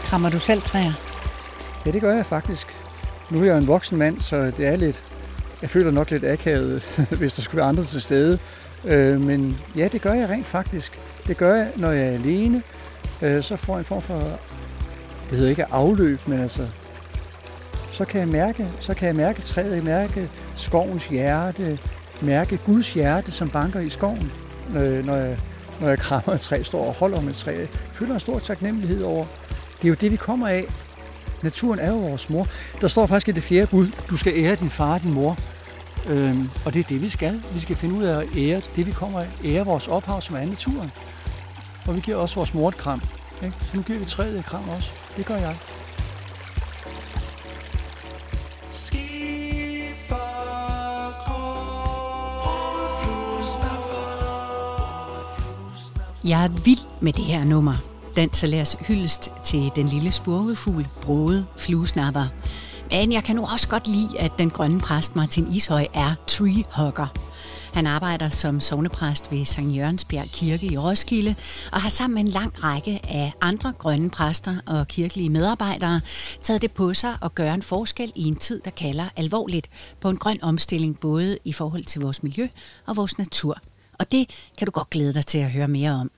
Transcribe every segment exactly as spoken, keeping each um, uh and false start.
Krammer du selv træer? Ja, det gør jeg faktisk. Nu er jeg en voksen mand, så det er lidt... Jeg føler nok lidt akavet, hvis der skulle være andre til stede. Øh, men ja, det gør jeg rent faktisk. Det gør jeg, når jeg er alene. Øh, så får jeg en form for... Det hedder ikke afløb, men altså... Så kan jeg mærke, så kan jeg mærke træet, jeg mærke skovens hjerte, mærke Guds hjerte, som banker i skoven, øh, når jeg, når jeg krammer et træ, står og holder om et træ. Jeg føler en stor taknemmelighed over. Det er jo det, vi kommer af. Naturen er jo vores mor. Der står faktisk i det fjerde bud, du skal ære din far og din mor. Øhm, og det er det, vi skal. Vi skal finde ud af at ære det, vi kommer af. Ære vores ophav, som er naturen. Og vi giver også vores mor et kram. Ikke? Så nu giver vi træet et kram også. Det gør jeg. Jeg er vild med det her nummer. Dans og Lærs hyldest til den lille spurvefugl, Brode Fluesnapper. Men jeg kan nu også godt lide, at den grønne præst Martin Ishøj er treehugger. Han arbejder som sognepræst ved Sankt Jørgensbjerg Kirke i Roskilde, og har sammen med en lang række af andre grønne præster og kirkelige medarbejdere taget det på sig at gøre en forskel i en tid, der kalder alvorligt på en grøn omstilling, både i forhold til vores miljø og vores natur. Og det kan du godt glæde dig til at høre mere om.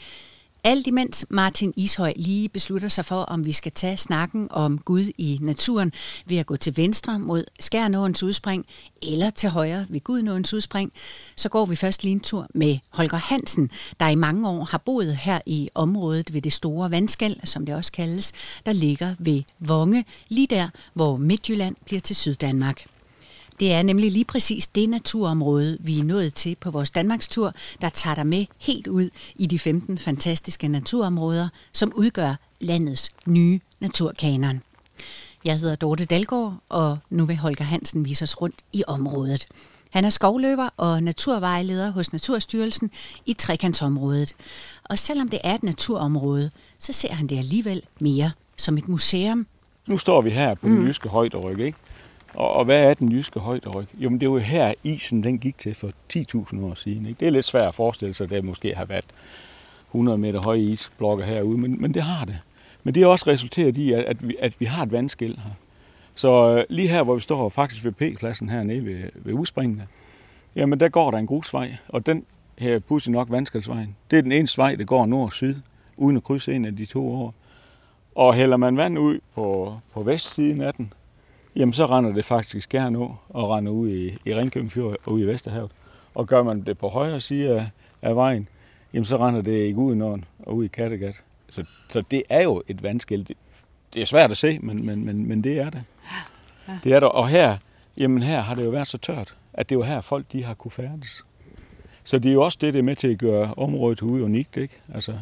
Alt imens Martin Ishøj lige beslutter sig for, om vi skal tage snakken om Gud i naturen ved at gå til venstre mod Skærnåens udspring, eller til højre ved Gudnåens udspring, så går vi først lige en tur med Holger Hansen, der i mange år har boet her i området ved det store vandskel, som det også kaldes, der ligger ved Vonge, lige der, hvor Midtjylland bliver til Syddanmark. Det er nemlig lige præcis det naturområde, vi er nået til på vores Danmarkstur, der tager dig med helt ud i de femten fantastiske naturområder, som udgør landets nye naturkanon. Jeg hedder Dorte Dalgaard, og nu vil Holger Hansen vise os rundt i området. Han er skovløber og naturvejleder hos Naturstyrelsen i trekantsområdet. Og selvom det er et naturområde, så ser han det alligevel mere som et museum. Nu står vi her på den jyske højderyg, ikke? Og, og hvad er den jyske højderyg? Jo, men det er jo her, isen den gik til for ti tusind år siden. Ikke? Det er lidt svært at forestille sig, at der måske har været hundrede meter høje isblokke herude, men, men det har det. Men det er også resulteret i, at, at, vi, at vi har et vandskil her. Så øh, lige her, hvor vi står faktisk ved P-pladsen hernede ved, ved udspringene, jamen der går der en grusvej, og den her pudsigt nok vandskilsvejen. Det er den eneste vej, der går nord og syd, uden at krydse en af de to år. Og hælder man vand ud på, på vestsiden af den, jamen så render det faktisk Skærnå og render ud i, i Ringkøbing Fjord og ud i Vesterhavet. Og gør man det på højre side af, af vejen, jamen så render det i Gudenåen og ud i Kattegat. Så, så det er jo et vandskil. Det, det er svært at se, men, men, men, men det er det. Ja. Det er der. Og her, jamen her har det jo været så tørt, at det er jo her folk de har kunne færdes. Så det er jo også det, det er med til at gøre området ude unikt, ikke? Altså,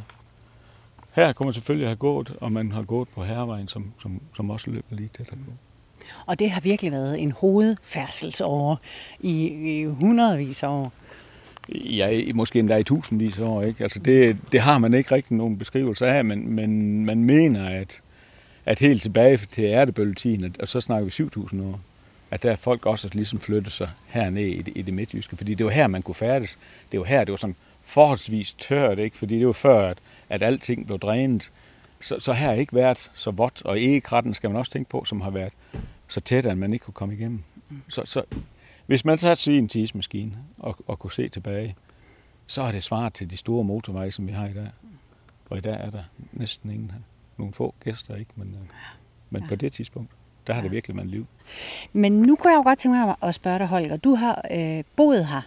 her kunne man selvfølgelig have gået, og man har gået på Herrevejen, som, som, som også løber lige tættere på. Og det har virkelig været en hovedfærdselsåre i, i hundredvis af år. Ja, måske endda i tusindvis af år, ikke? Altså det, det har man ikke rigtig nogen beskrivelse af, men, men man mener, at, at helt tilbage til erdebølgetiden, og så snakker vi syv tusind år, at der er folk også ligesom flyttet sig hernede i det, i det midtjyske, fordi det var her, man kunne færdes. Det var her, det var sådan forholdsvis tørt, ikke? Fordi det var før, at, at alting blev drænet. Så, så her har ikke været så vådt, og egekratten skal man også tænke på, som har været så tæt, at man ikke kunne komme igennem. Så, så hvis man satte sig i en tidsmaskine og, og kunne se tilbage, så er det svaret til de store motorveje, som vi har i dag. Og i dag er der næsten ingen her. Nogle få gæster, ikke? Men, men ja. På det tidspunkt, der har det virkelig været liv. Men nu kunne jeg jo godt tænke mig at spørge dig, Holger. Du har øh, boet her,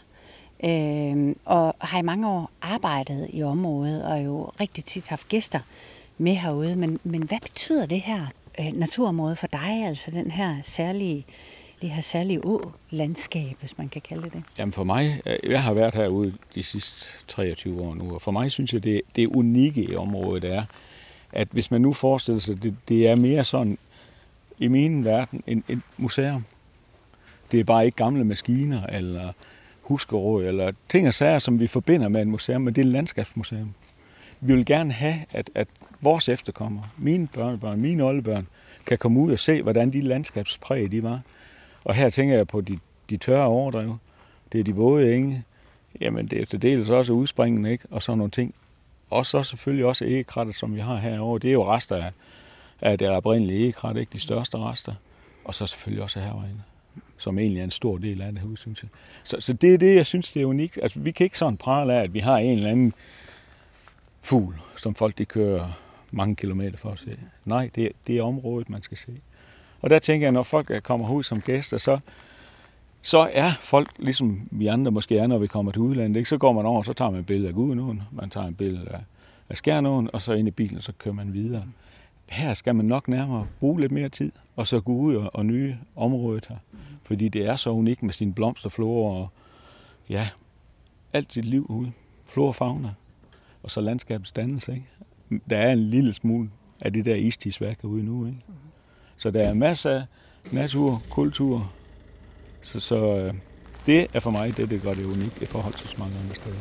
øh, og har i mange år arbejdet i området, og jo rigtig tit haft gæster med herude. Men, men hvad betyder det her øh, naturområde for dig, altså den her særlige, det her særlige å-landskab, hvis man kan kalde det det? Jamen for mig, jeg har været herude de sidste treogtyve år nu, og for mig synes jeg, det, det unikke i området er, at hvis man nu forestiller sig, det, det er mere sådan, i min verden, en, et museum. Det er bare ikke gamle maskiner, eller huskeråd, eller ting og sager, som vi forbinder med et museum, men det er et landskabsmuseum. Vi vil gerne have, at, at vores efterkommere, mine børnebørn, mine oldebørn, kan komme ud og se, hvordan de landskabspræg de var. Og her tænker jeg på de, de tørre overdrev. Det er de våde enge. Jamen, det er til dels også udspringende, ikke? Og sådan nogle ting. Og så selvfølgelig også egekrattet, som vi har herovre. Det er jo rester af, af det oprindelige egekrat, ikke? De største rester. Og så selvfølgelig også hervejene, som egentlig er en stor del af det her, synes jeg. Så, så det er det, jeg synes, det er unikt. Altså, vi kan ikke sådan prale af, at vi har en eller anden fugl, som folk de kører mange kilometer for at se. Nej, det, det er området, man skal se. Og der tænker jeg, når folk kommer ud som gæster, så, så er folk, ligesom vi andre måske er, når vi kommer til udlandet, ikke? Så går man over, så tager man et billede af Gudenåen, man tager et billede af, af Skjernåen, og så ind i bilen, og så kører man videre. Her skal man nok nærmere bruge lidt mere tid, og så gå ud og, og nye området her. Fordi det er så unikt med sine blomster, flora og ja, alt sit liv ude. Flora og fauna. Og så landskabets dannelse, ikke? Der er en lille smule af det der istidsværk ude nu, ikke? Så der er masser af natur, kultur. Så, så det er for mig det, det gør det unikt i forhold til så mange andre steder.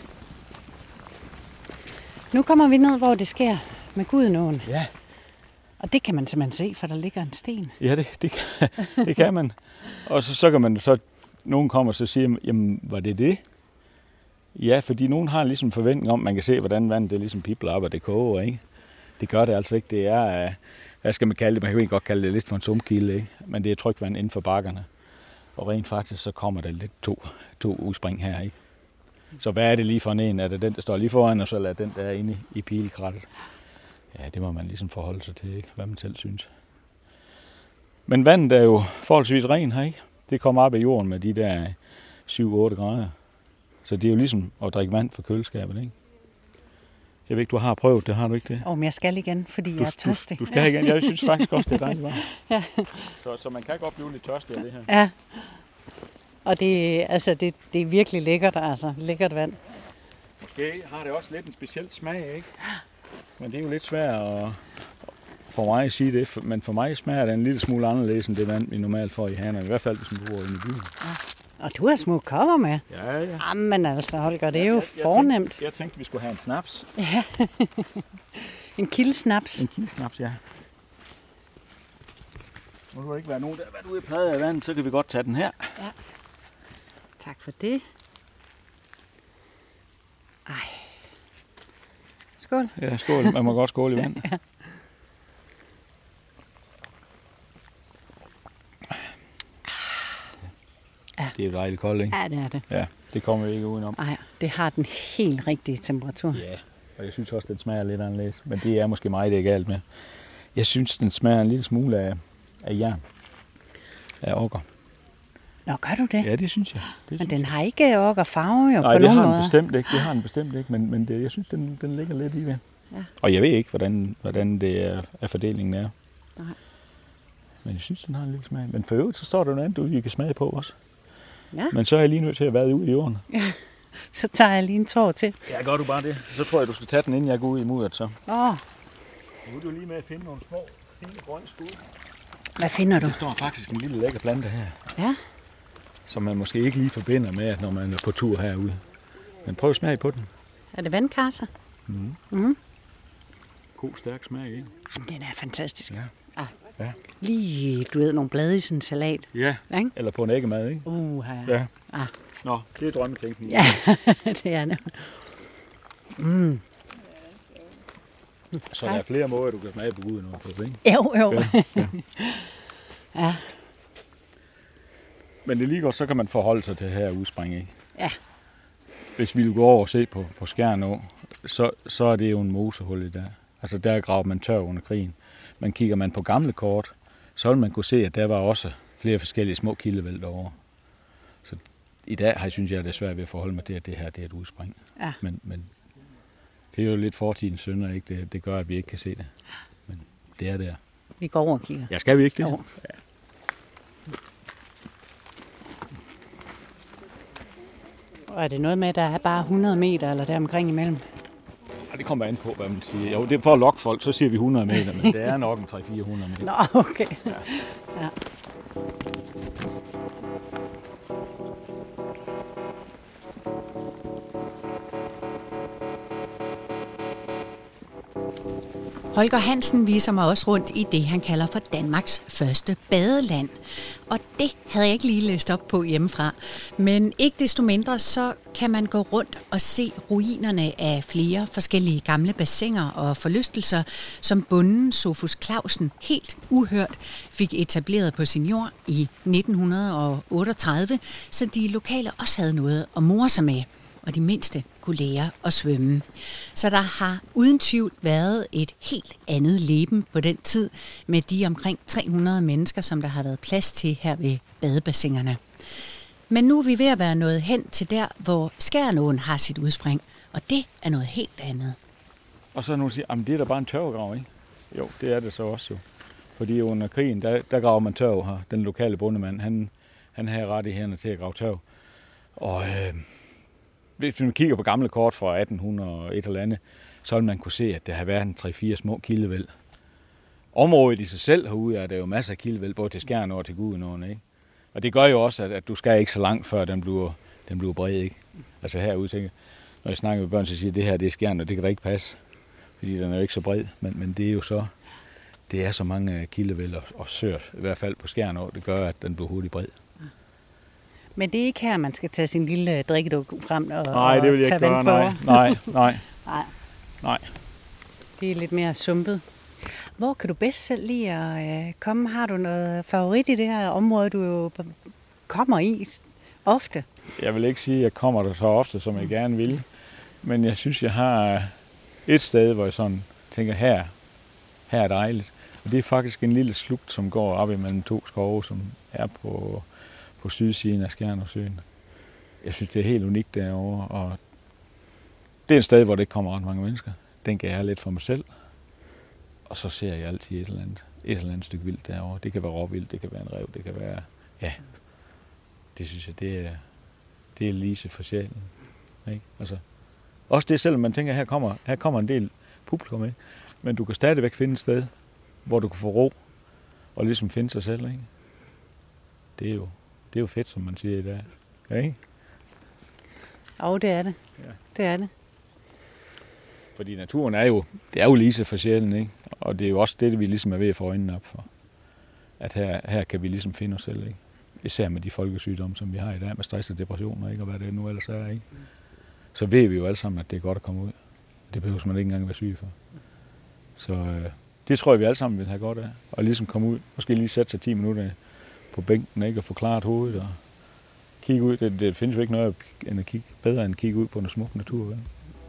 Nu kommer vi ned, hvor det sker med Gudenåen. Ja. Og det kan man simpelthen se, for der ligger en sten. Ja, det, det, kan, det kan man. Og så, så kan man så, nogen kommer og så siger, jamen, var det det? Ja, fordi nogen har ligesom en forventning om, man kan se, hvordan vandet det ligesom pibler op, og det koger, ikke? Det gør det altså ikke. Det er, hvad skal man kalde det? Man kan jo godt kalde det lidt for en sumkilde, ikke? Men det er trykvand inden for bakkerne. Og rent faktisk, så kommer der lidt to, to udspring her, ikke? Så hvad er det lige for en? Er det den, der står lige foran os, eller er den, der er inde i pilekrattet? Ja, det må man ligesom forholde sig til, ikke? Hvad man selv synes. Men vandet er jo forholdsvis ren her, ikke? Det kommer op af jorden med de der syv otte grader. Så det er jo ligesom at drikke vand fra køleskabet, ikke? Jeg ved ikke, du har prøvet det, har du ikke det? Åh, oh, men jeg skal igen, fordi du, jeg er tørstig. Du, du skal igen. Jeg synes faktisk også, det er dejligt varmt. Ja. Så, så man kan godt blive lidt tørstig af det her. Ja. Og det, altså, det, det er virkelig lækkert, altså. Lækkert vand. Måske har det også lidt en speciel smag, ikke? Men det er jo lidt svært at, for mig at sige det, men for mig smager det en lille smule anderledes end det vand, vi normalt får i Hanerne. I hvert fald, hvis man bor inde i byen. Ja. Og du har små kopper med. Ja, ja. Jamen altså, Holger, det er jo jeg, jeg, fornemt. Jeg tænkte, jeg tænkte, vi skulle have en snaps. Ja. En kildesnaps. En kildesnaps, ja. Nu skal der ikke være nogen, der har været ude i plade af vandet, så kan vi godt tage den her. Ja. Tak for det. Ej. Skål. Ja, skål. Man må godt skåle i vand. Ja. Ja. Det er jo dejligt koldt, ikke? Ja, det er det. Ja, det kommer vi ikke udenom. Nej, det har den helt rigtige temperatur. Ja, og jeg synes også, den smager lidt anderledes. Men det er måske mig, det er galt med. Jeg synes, den smager en lille smule af, af jern. Af okker. Nå, gør du det? Ja, det synes jeg. Det men synes den jeg. har ikke okker farve jo Nej, på nogen måde. Nej, det har den bestemt ikke. Det har den bestemt ikke, men, men det, jeg synes, den, den ligger lidt i det. Ja. Og jeg ved ikke, hvordan, hvordan det er, er fordelingen er. Nej. Men jeg synes, den har en lille smag. Men for øvrigt, så står der noget andet, du kan smage på også. Ja. Men så er jeg lige nødt til at være ude i jorden. Ja. Så tager jeg lige en tår til. Ja, gør du bare det. Så tror jeg, du skal tage den, inden jeg går ud i mudderet så. Åh. Nu er du lige med at finde nogle små, fine grønne skud. Hvad finder du? Der står faktisk en lille lækker plante her. Ja. Som man måske ikke lige forbinder med, når man er på tur herude. Men prøv at smage på den. Er det vandkarse? Mhm. Mhm. God, stærk smag, ikke? Jamen, den er fantastisk. Ja. Ah. Ja. Lige, du ved, nogle blade i sådan en salat. Ja, ikke? Eller på en æggemad, ikke? Uh, ja. Ja. Ah. Nå, det er drømmetænkning. Ja, det er det. Mm. Så der er flere måder, du kan smage på Guden på, ikke? Jo, jo. Ja, ja. Ja. Men det lige godt, så kan man forholde sig til det her udspring, ikke? Ja. Hvis vi vil gå over og se på, på Skjernå, så, så er det jo en mosehul i der. Altså der graver man tør under krigen. Men kigger man på gamle kort, så vil man kunne se, at der var også flere forskellige små kildevæld derovre. Så i dag har jeg, synes jeg, det er svært ved at forholde mig til, at det her det er et udspring. Ja. Men, men det er jo lidt fortidens synder, ikke? Det, det gør, at vi ikke kan se det. Men det er der. Vi går over og kigger. Ja, skal vi ikke det? Jo. Ja. Og er det noget med, at der er bare hundrede meter eller der omkring imellem? Ja, det kommer an på, hvad man siger. Jo, det er for at lokke folk, så siger vi hundrede meter, men det er nok en tre til fire hundrede meter. Nå, okay. Ja. Ja. Holger Hansen viser mig også rundt i det, han kalder for Danmarks første badeland. Og det havde jeg ikke lige læst op på hjemmefra. Men ikke desto mindre, så kan man gå rundt og se ruinerne af flere forskellige gamle bassiner og forlystelser, som bonden Sofus Clausen helt uhørt fik etableret på sin jord i nitten otteogtredive, så de lokale også havde noget at more sig med, og de mindste kunne lære at svømme. Så der har uden tvivl været et helt andet leben på den tid, med de omkring tre hundrede mennesker, som der har været plads til her ved badebassinerne. Men nu er vi ved at være nået hen til der, hvor Skjernåen har sit udspring, og det er noget helt andet. Og så er nogen, der siger, at det er da bare en tørvegrav, ikke? Jo, det er det så også jo. Fordi under krigen, der, der graver man tørv her. Den lokale bondemand, han, han havde rettighederne til at grave tørv. Og øh, hvis man kigger på gamle kort fra atten hundrede og et eller andet, så vil man kunne se, at der har været en tre fire små kildevæld. Området i sig selv herude er der jo masser af kildevæld, både til Skjern og til Gudenåen, ikke? Og det gør jo også, at, at du skal ikke så langt, før den bliver, den bliver bred, ikke? Altså herude, tænker når jeg snakker med børn, så siger jeg, at det her det er Skjern, og det kan da ikke passe, fordi den er jo ikke så bred. Men, men det er jo så, det er så mange kildevæld og, og søer, i hvert fald på Skjern, og det gør, at den bliver hurtigt bred. Men det er ikke her, man skal tage sin lille drikkeduk frem og, nej, det vil jeg og tage ikke gøre, vand på? Nej, nej, nej. nej. Det er lidt mere sumpet. Hvor kan du bedst selv lide at øh, komme? Har du noget favorit i det her område, du jo kommer i ofte? Jeg vil ikke sige, at jeg kommer der så ofte, som jeg gerne vil. Men jeg synes, jeg har et sted, hvor jeg sådan tænker, her, her er dejligt. Og det er faktisk en lille slugt, som går op imellem to skove, som er på, på sydsiden af Skjernåsøen. Jeg synes, det er helt unikt derovre. Og det er et sted, hvor det ikke kommer ret mange mennesker. Den kan jeg have lidt for mig selv. Og så ser jeg altid et eller andet, et eller andet stykke vildt derovre. Det kan være råvildt, det kan være en rev, det kan være... Ja, det synes jeg, det er, det er lise for sjælen. Ikke? Altså, også det, selvom man tænker, her kommer, her kommer en del publikum, ikke? Men du kan stadigvæk finde et sted, hvor du kan få ro og ligesom finde sig selv. Ikke? Det, er jo, det er jo fedt, som man siger i dag. Ja, ikke? Jo, det er det. Ja. Det er det. Fordi naturen er jo, det er jo lise for sjælen, ikke? Og det er jo også det, vi ligesom er ved at få øjnene op for. At her, her kan vi ligesom finde os selv, ikke? Især med de folkesygdomme, som vi har i dag, med stress og depressioner, ikke? Og hvad det nu ellers er, ikke? Så ved vi jo alle sammen, at det er godt at komme ud. Det behøver man ikke engang være syg for. Så øh, det tror jeg, vi alle sammen vil have godt af. Og ligesom komme ud, måske lige sætte sig ti minutter på bænken, ikke? Og få klaret hovedet og kigge ud. Det, det findes jo ikke noget end at kigge, bedre end at kigge ud på en smuk natur, vel?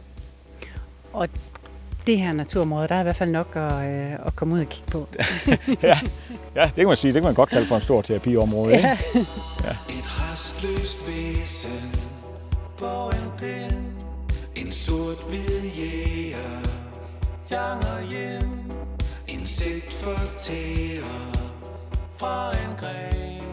Og det her naturområde, der er i hvert fald nok at, øh, at komme ud og kigge på. ja. ja, det kan man sige. Det kan man godt kalde for en stor terapiområde. Ja. Ikke? Ja. Et rastløst væsen på en pind. En sort-hvid jæger janger hjem. Insekt fortærer fra en gren.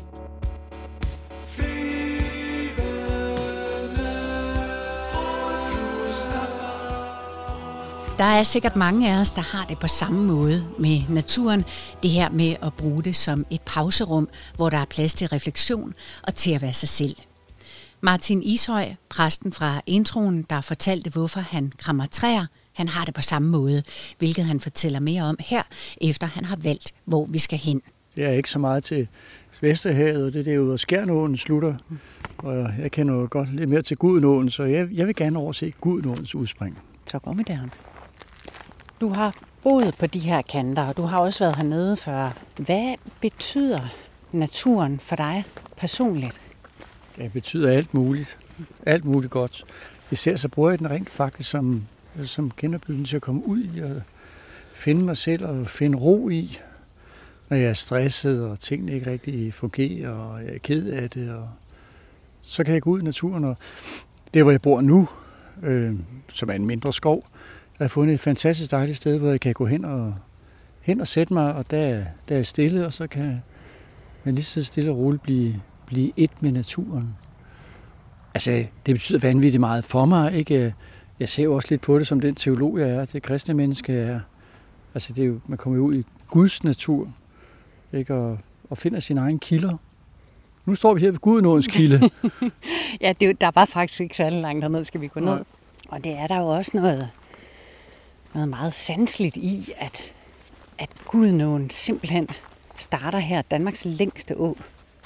Der er sikkert mange af os, der har det på samme måde med naturen. Det her med at bruge det som et pauserum, hvor der er plads til refleksion og til at være sig selv. Martin Ishøj, præsten fra introen, der fortalte, hvorfor han krammer træer, han har det på samme måde, hvilket han fortæller mere om her, efter han har valgt, hvor vi skal hen. Det er ikke så meget til Vesterhavet, og det er derude, hvor Skjernåen slutter. Og jeg kender jo godt lidt mere til Gudenåen, så jeg, jeg vil gerne overse Gudenåens udspring. Så går vi der. Du har boet på de her kanter, og du har også været hernede før. Hvad betyder naturen for dig personligt? Det betyder alt muligt. Alt muligt godt. Især så bruger jeg den rent faktisk som, som genopbygning til at komme ud i og finde mig selv og finde ro i, når jeg er stresset og tingene ikke rigtig fungerer, og jeg er ked af det. Og så kan jeg gå ud i naturen, og der hvor jeg bor nu, øh, som er en mindre skov, jeg har fundet et fantastisk dejligt sted, hvor jeg kan gå hen og, hen og sætte mig, og der, der er stille, og så kan man lige så stille og roligt blive, blive et med naturen. Altså, det betyder vanvittigt meget for mig, ikke? Jeg ser jo også lidt på det som den teolog, jeg er, det kristne menneske, jeg er. Altså, det er jo, man kommer jo ud i Guds natur, ikke? Og, og finder sine egne kilder. Nu står vi her ved Gudenåens kilde. ja, det, der var faktisk ikke særlig langt herned, skal vi gå ned. Og det er der jo også noget... noget meget sanseligt i, at, at Gudenåen simpelthen starter her, Danmarks længste å.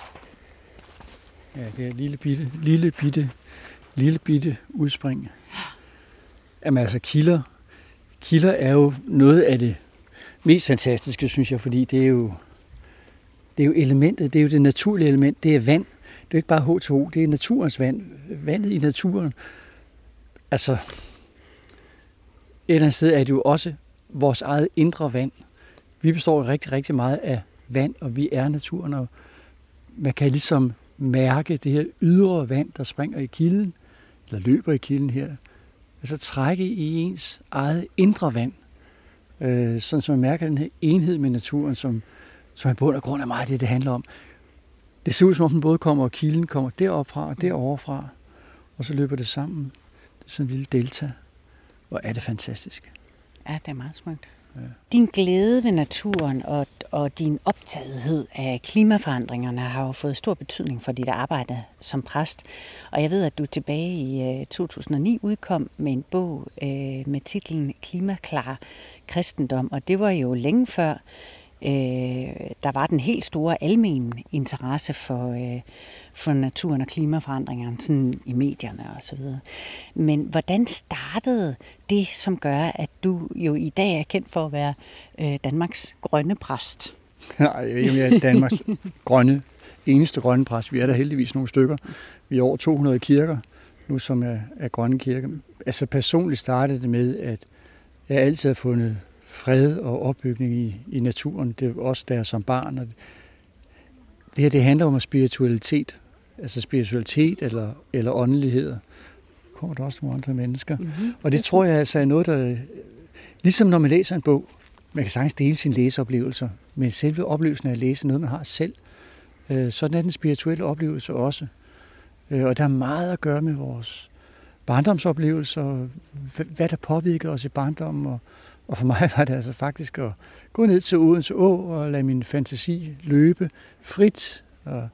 Ja, det er et lille bitte, lille bitte, lille bitte udspring. Jamen altså, kilder, kilder er jo noget af det mest fantastiske, synes jeg, fordi det er jo, det er jo elementet, det er jo det naturlige element, det er vand. Det er ikke bare H to O, det er naturens vand. Vandet i naturen. Altså, et eller andet sted er det jo også vores eget indre vand. Vi består rigtig, rigtig meget af vand, og vi er naturen, og man kan ligesom mærke det her ydre vand, der springer i kilden, eller løber i kilden her, altså trække i ens eget indre vand, øh, sådan som man mærker den her enhed med naturen, som, som i bund og grund er meget det, det handler om. Det ser ud som om den både kommer, og kilden kommer deroppe fra og derovre fra, og så løber det sammen. Det er sådan en lille delta. Hvor er det fantastisk. Ja, det er meget smukt. Ja. Din glæde ved naturen og, og din optagethed af klimaforandringerne har jo fået stor betydning for dit arbejde som præst. Og jeg ved, at du tilbage i to tusind og ni udkom med en bog øh, med titlen Klimaklar Kristendom. Og det var jo længe før, øh, der var den helt store almen interesse for, øh, for naturen og klimaforandringerne sådan i medierne og så videre. Men hvordan startede det, som gør, at du jo i dag er kendt for at være øh, Danmarks grønne præst? Nej, jeg er Danmarks grønne, eneste grønne præst. Vi er der heldigvis nogle stykker. Vi er over to hundrede kirker nu, som er, er grønne kirker. Altså personligt startede det med, at jeg altid har fundet fred og opbygning i, i naturen. Det er også der som barn. Og det her, det handler om spiritualitet. Altså spiritualitet eller, eller åndeligheder. Kommer der også nogle andre mennesker. Mm-hmm. Og det tror jeg altså er noget, der... Ligesom når man læser en bog, man kan sagtens dele sine læseoplevelser, men selve oplevelsen af at læse noget, man har selv, øh, sådan er den spirituelle oplevelse også. Øh, og der er meget at gøre med vores barndomsoplevelser, hvad der påvirker os i barndommen. Og, og for mig var det altså faktisk at gå ned til Odense Å og lade min fantasi løbe frit. Og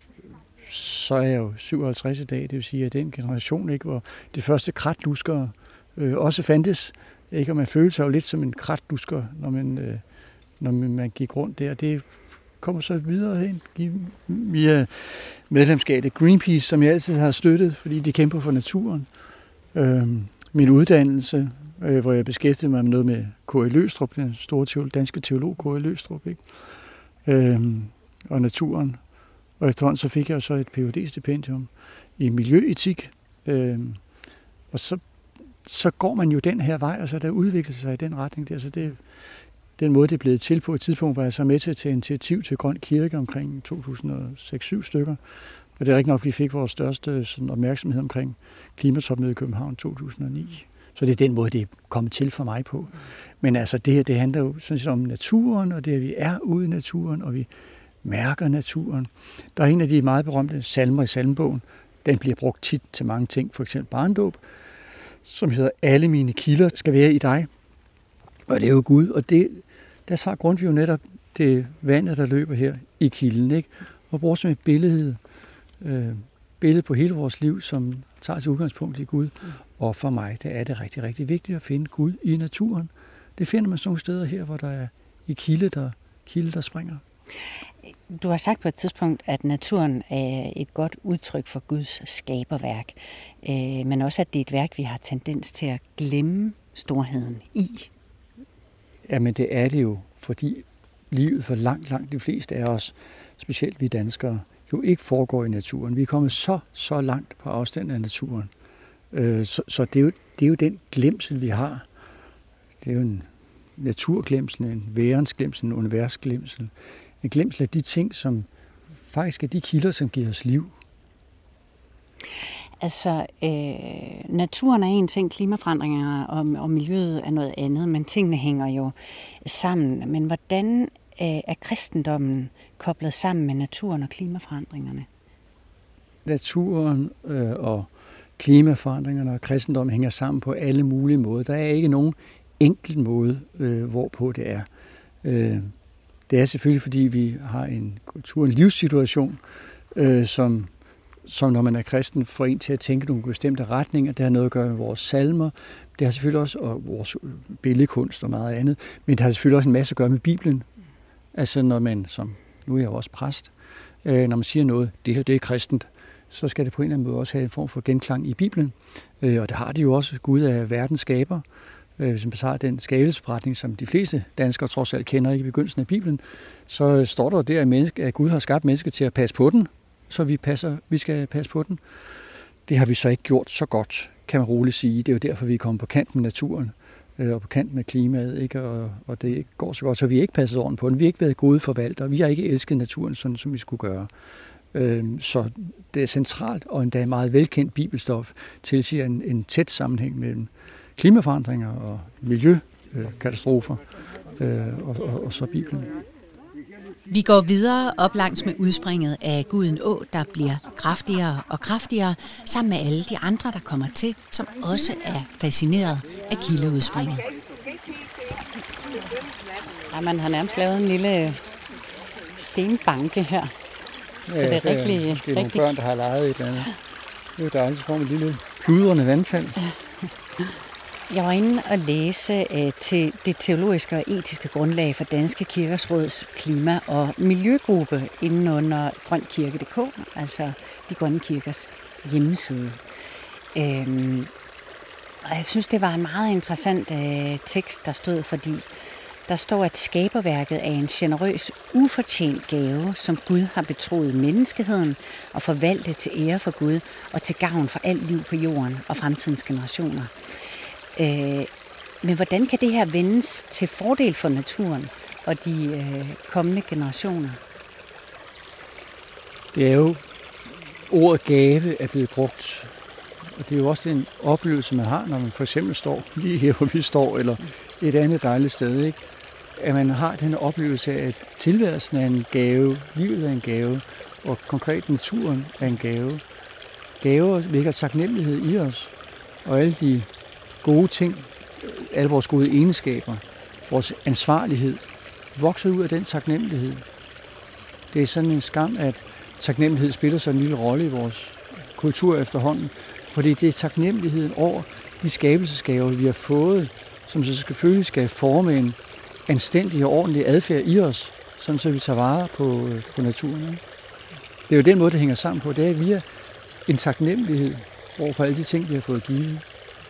så er jeg jo syvoghalvtreds i dag, det vil sige, at den generation, ikke, hvor de første kratluskere øh, også fandtes. Ikke? Og man følte sig jo lidt som en kratlusker, når man, øh, når man gik rundt der. Det kommer så videre hen via medlemskabet Greenpeace, som jeg altid har støttet, fordi de kæmper for naturen. Øh, min uddannelse, øh, hvor jeg beskæftigede mig med noget med K E Løgstrup, den store teolog, danske teolog K E Løgstrup, ikke? Øh, og naturen. Og efterhånden så fik jeg så et P H D-stipendium i miljøetik. Øh, og så, så går man jo den her vej, og så der udvikler sig i den retning der. Så det den måde, det er blevet til på et tidspunkt, var jeg så med til at tage initiativ til Grøn Kirke omkring to tusind og seks syv stykker. Og det er rigtig nok, vi fik vores største sådan, opmærksomhed omkring klimatopmødet i København to tusind og ni. Så det er den måde, det er kommet til for mig på. Men altså, det her, det handler jo sådan set om naturen, og det at vi er ude i naturen, og vi mærker naturen. Der er en af de meget berømte salmer i salmebogen. Den bliver brugt tit til mange ting, for eksempel barndåb, som hedder, alle mine kilder skal være i dig. Og det er jo Gud, og det, der tager Grundtvig jo netop det vandet, der løber her i kilden, ikke? Og bruger som et billede, øh, billede på hele vores liv, som tager til udgangspunkt i Gud. Og for mig, der er det rigtig, rigtig vigtigt at finde Gud i naturen. Det finder man sådan nogle steder her, hvor der er i kilde, der, kilde, der springer. Du har sagt på et tidspunkt, at naturen er et godt udtryk for Guds skaberværk, øh, men også, at det er et værk, vi har tendens til at glemme storheden i. Jamen det er det jo, fordi livet for langt, langt de fleste af os, specielt vi danskere, jo ikke foregår i naturen. Vi er kommet så, så langt på afstand af naturen. Øh, så så det, er jo, det er jo den glemsel, vi har. Det er jo en naturglemsel, en værens glemsel, en universglemsel. En glemsel af de ting, som faktisk er de kilder, som giver os liv. Altså, øh, naturen er en ting, klimaforandringer og, og miljøet er noget andet, men tingene hænger jo sammen. Men hvordan øh, er kristendommen koblet sammen med naturen og klimaforandringerne? Naturen øh, og klimaforandringerne og kristendommen hænger sammen på alle mulige måder. Der er ikke nogen enkelt måde, øh, hvorpå det er. Øh, det er selvfølgelig, fordi vi har en kultur, en livssituation, øh, som som når man er kristen, får en til at tænke nogle bestemte retninger. Det har noget at gøre med vores salmer. Det har selvfølgelig også og vores billedkunst og meget andet. Men det har selvfølgelig også en masse at gøre med Bibelen. Altså når man, som nu er jeg jo også præst, øh, når man siger noget, det her det er kristent, så skal det på en eller anden måde også have en form for genklang i Bibelen. Øh, og det har de jo også. Gud er verdens skaber. Øh, hvis man tager den skabelsesberetning, som de fleste danskere trods alt kender ikke i begyndelsen af Bibelen, så står der der, at, menneske, at Gud har skabt mennesker til at passe på den, så vi, passer, vi skal passe på den. Det har vi så ikke gjort så godt, kan man roligt sige. Det er jo derfor, vi er kommet på kant med naturen øh, og på kant med klimaet, ikke? Og, og det går så godt, så vi har ikke passet ordentligt på den. Vi har ikke været gode forvaltere. Vi har ikke elsket naturen, sådan som vi skulle gøre. Øh, så det er centralt, og endda meget velkendt bibelstof tilsiger en, en tæt sammenhæng mellem klimaforandringer og miljøkatastrofer øh, og, og, og så Bibelen. Vi går videre op langs med udspringet af Guden Å, der bliver kraftigere og kraftigere, sammen med alle de andre, der kommer til, som også er fascineret af kildeudspringet. Ja, man har nærmest lavet en lille stenbanke her. Så ja, det er rigtig... Det er rigtig... nogle børn, der har leget et eller andet. Det er jo dejligt, så får man et lille pludrende vandfald. Ja. Jeg var inde og læse uh, til det teologiske og etiske grundlag for Danske Kirkers Råds klima- og miljøgruppe inden under grøn kirke punktum d k, altså de grønne kirkers hjemmeside. Øhm, og jeg synes, det var en meget interessant uh, tekst, der stod, fordi der står, at skaberværket er en generøs, ufortjent gave, som Gud har betroet menneskeheden og forvaltet til ære for Gud og til gavn for alt liv på jorden og fremtidens generationer. Øh, men hvordan kan det her vendes til fordel for naturen og de øh, kommende generationer? Det er jo, ordet gave er blevet brugt, og det er jo også en oplevelse, man har, når man for eksempel står lige her, hvor vi står, eller et andet dejligt sted, ikke? At man har den oplevelse af, at tilværelsen er en gave, livet er en gave, og konkret naturen er en gave. Gaver vækker taknemmelighed i os, og alle de gode ting, alle vores gode egenskaber, vores ansvarlighed, vokser ud af den taknemmelighed. Det er sådan en skam, at taknemmelighed spiller så en lille rolle i vores kultur efterhånden, fordi det er taknemmeligheden over de skabelsesgaver, vi har fået, som så selvfølgelig skal forme en anstændig og ordentlig adfærd i os, sådan så vi tager vare på, på naturen. Ikke? Det er jo den måde, det hænger sammen på. Det er via en taknemmelighed over for alle de ting, vi har fået givet.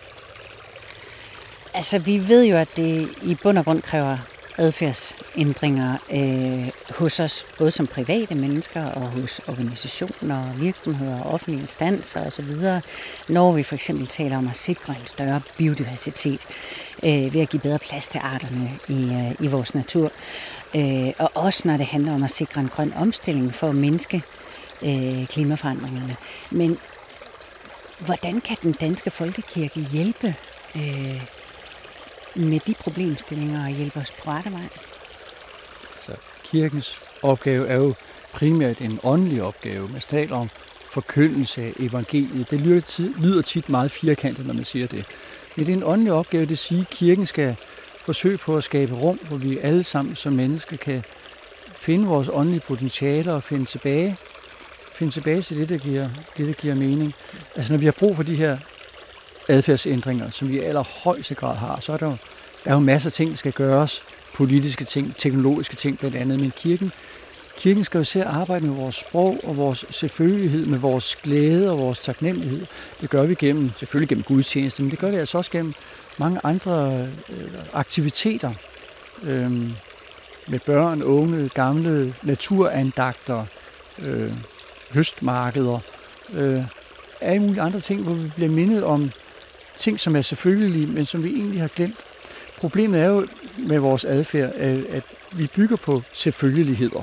Altså, vi ved jo, at det i bund og grund kræver adfærdsændringer øh, hos os, både som private mennesker og hos organisationer, virksomheder, offentlige instanser osv., når vi for eksempel taler om at sikre en større biodiversitet øh, ved at give bedre plads til arterne i, øh, i vores natur. Øh, og også når det handler om at sikre en grøn omstilling for at mindske øh, klimaforandringerne. Men hvordan kan den danske folkekirke hjælpe øh, med de problemstillinger og hjælpe os på rette vej? Altså, kirkens opgave er jo primært en åndelig opgave. Man taler om forkyndelse af evangeliet. Det lyder tit, lyder tit meget firkantet, når man siger det. Men det er en åndelig opgave, det siger, at kirken skal forsøge på at skabe rum, hvor vi alle sammen som mennesker kan finde vores åndelige potentialer og finde tilbage, finde tilbage til det, der giver, det, der giver mening. Altså når vi har brug for de her adfærdsændringer, som vi i allerhøjeste grad har, så er der jo, der er jo masser af ting, der skal gøres, politiske ting, teknologiske ting blandt andet, men kirken, kirken skal jo se at arbejde med vores sprog og vores selvfølgelighed, med vores glæde og vores taknemmelighed. Det gør vi gennem, selvfølgelig gennem gudstjeneste, men det gør det altså også gennem mange andre øh, aktiviteter øh, med børn, unge, gamle, naturandagter, øh, høstmarkeder, øh, alle mulige andre ting, hvor vi bliver mindet om ting, som er selvfølgelige, men som vi egentlig har glemt. Problemet er jo med vores adfærd, at vi bygger på selvfølgeligheder.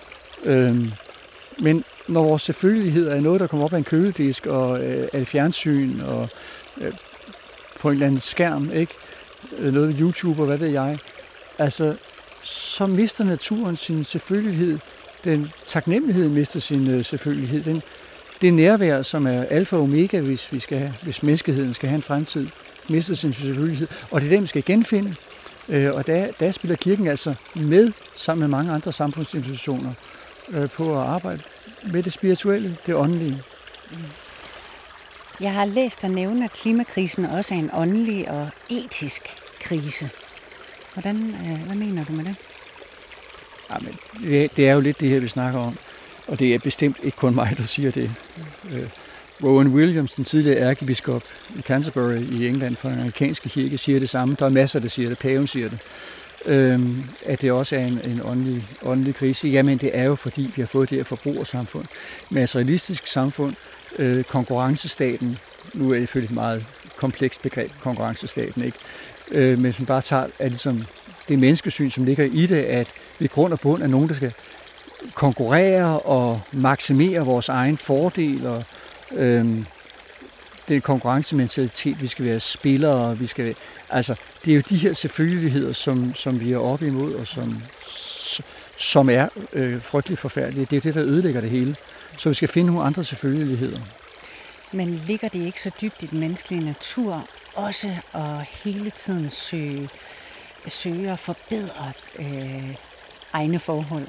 Øhm, men når vores selvfølgeligheder er noget, der kommer op af en køledisk og øh, af fjernsyn og øh, på en eller anden skærm, ikke? Noget YouTube og hvad ved jeg, altså, så mister naturen sin selvfølgelighed. Den taknemmelighed mister sin øh, selvfølgelighed. Den, det nærvær, som er alfa og omega, hvis, vi skal have, hvis menneskeheden skal have en fremtid, mister sin selvfølgelighed. Og det er det, vi skal genfinde. Øh, og der, der spiller kirken altså med, sammen med mange andre samfundsinstitutioner, øh, på at arbejde med det spirituelle, det åndelige. Jeg har læst dig nævne, at klimakrisen også er en åndelig og etisk krise. Hvordan, øh, hvad mener du med det? Jamen, det, det er jo lidt det her, vi snakker om. Og det er bestemt ikke kun mig, der siger det. Mm. Øh, Rowan Williams, den tidligere ærkebiskop i Canterbury i England for den amerikanske kirke, siger det samme. Der er masser, der siger det. Paven siger det. Øhm, at det også er en, en åndelig, åndelig krise. Jamen, det er jo fordi, vi har fået det her forbrugersamfund. Materialistisk samfund, øh, konkurrencestaten, nu er det selvfølgelig et meget komplekst begreb, konkurrencestaten, ikke? Øh, men hvis man bare tager at ligesom det menneskesyn, som ligger i det, at vi grund og bund er nogen, der skal konkurrere og maksimere vores egen fordel, og øhm, den konkurrencementalitet, vi skal være spillere, vi skal være, altså, det er jo de her selvfølgeligheder, som, som vi er oppe imod, og som, som er øh, frygtelig forfærdelige. Det er det, der ødelægger det hele. Så vi skal finde nogle andre selvfølgeligheder. Men ligger det ikke så dybt i den menneskelige natur, også at hele tiden søge, søge at forbedre øh, egne forhold?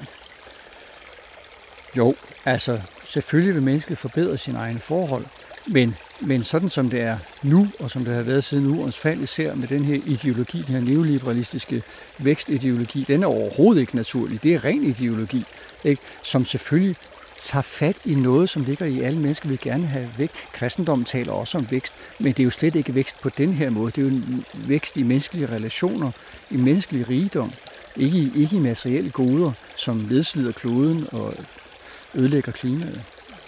Jo, altså selvfølgelig vil mennesket forbedre sine egne forhold, men, men sådan som det er nu, og som det har været siden urens fald, især med den her ideologi, den her neoliberalistiske vækstideologi, den er overhovedet ikke naturlig. Det er ren ideologi, ikke? Som selvfølgelig tager fat i noget, som ligger i alle mennesker, vil gerne have vækst. Kristendommen taler også om vækst, men det er jo slet ikke vækst på den her måde. Det er jo en vækst i menneskelige relationer, i menneskelig rigdom, ikke i, ikke i materielle goder, som nedslider kloden og ødelægger klimaet.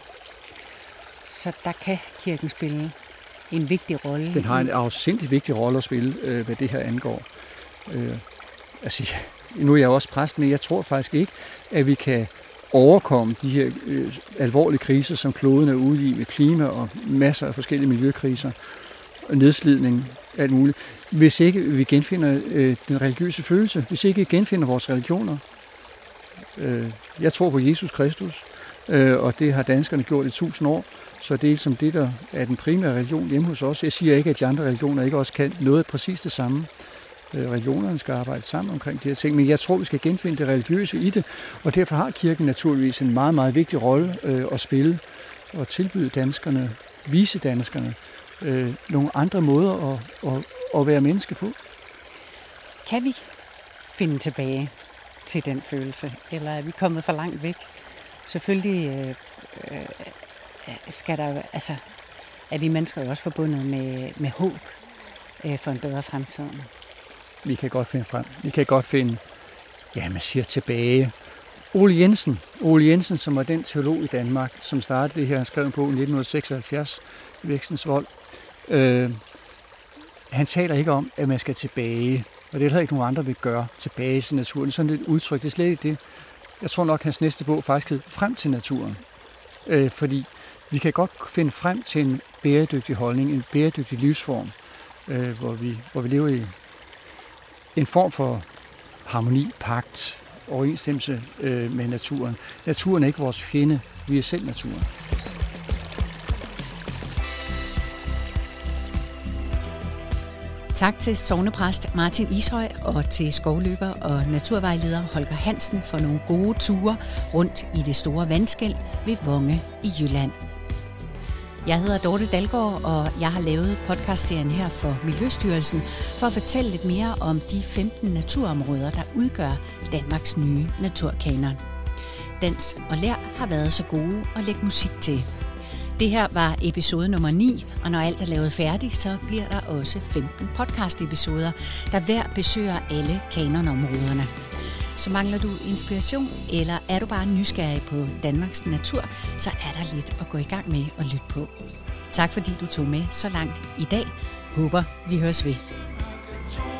Så der kan kirken spille en vigtig rolle? Den har en afsindig vigtig rolle at spille, øh, hvad det her angår. Øh, altså, nu er jeg også præst, men jeg tror faktisk ikke, at vi kan overkomme de her øh, alvorlige kriser, som kloden er ude i, med klima og masser af forskellige miljøkriser, og nedslidning, alt muligt, hvis ikke vi genfinder øh, den religiøse følelse, hvis ikke vi genfinder vores religioner. Øh, jeg tror på Jesus Kristus, øh, og det har danskerne gjort i tusind år, så det er som det, der er den primære religion hjemme hos os. Jeg siger ikke, at de andre religioner ikke også kan noget præcis det samme. Religionerne skal arbejde sammen omkring de her ting, men jeg tror, vi skal genfinde det religiøse i det, og derfor har kirken naturligvis en meget, meget vigtig rolle øh, at spille og tilbyde danskerne, vise danskerne øh, nogle andre måder at, at, at være menneske på. Kan vi finde tilbage til den følelse, eller er vi kommet for langt væk? Selvfølgelig øh, øh, skal der, altså, er vi mennesker jo også forbundet med, med håb øh, for en bedre fremtid. Vi kan godt finde frem. Vi kan godt finde, ja, man siger tilbage. Ole Jensen, Ole Jensen, som var den teolog i Danmark, som startede det her, han skrev en bog i nitten seksoghalvfjerds, Vækstens Vold. Øh, han taler ikke om, at man skal tilbage, og det er heller ikke nogen andre vil gøre, tilbage til naturen. Det er sådan et udtryk, det er slet ikke det. Jeg tror nok, hans næste bog faktisk hed Frem til naturen. Øh, fordi vi kan godt finde frem til en bæredygtig holdning, en bæredygtig livsform, øh, hvor, vi, hvor vi lever i en form for harmoni, pagt, overensstemmelse øh, med naturen. Naturen er ikke vores fjende, vi er selv naturen. Tak til sognepræst Martin Ishøj og til skovløber og naturvejleder Holger Hansen for nogle gode ture rundt i det store vandskel ved Vonge i Jylland. Jeg hedder Dorte Dalgaard, og jeg har lavet podcastserien her for Miljøstyrelsen for at fortælle lidt mere om de femten naturområder, der udgør Danmarks nye naturkanon. Dans og lær har været så gode at lægge musik til. Det her var episode nummer ni, og når alt er lavet færdigt, så bliver der også femten podcast-episoder, der hver besøger alle kanonområderne. Så mangler du inspiration, eller er du bare nysgerrig på Danmarks natur, så er der lidt at gå i gang med og lytte på. Tak fordi du tog med så langt i dag. Håber vi høres ved.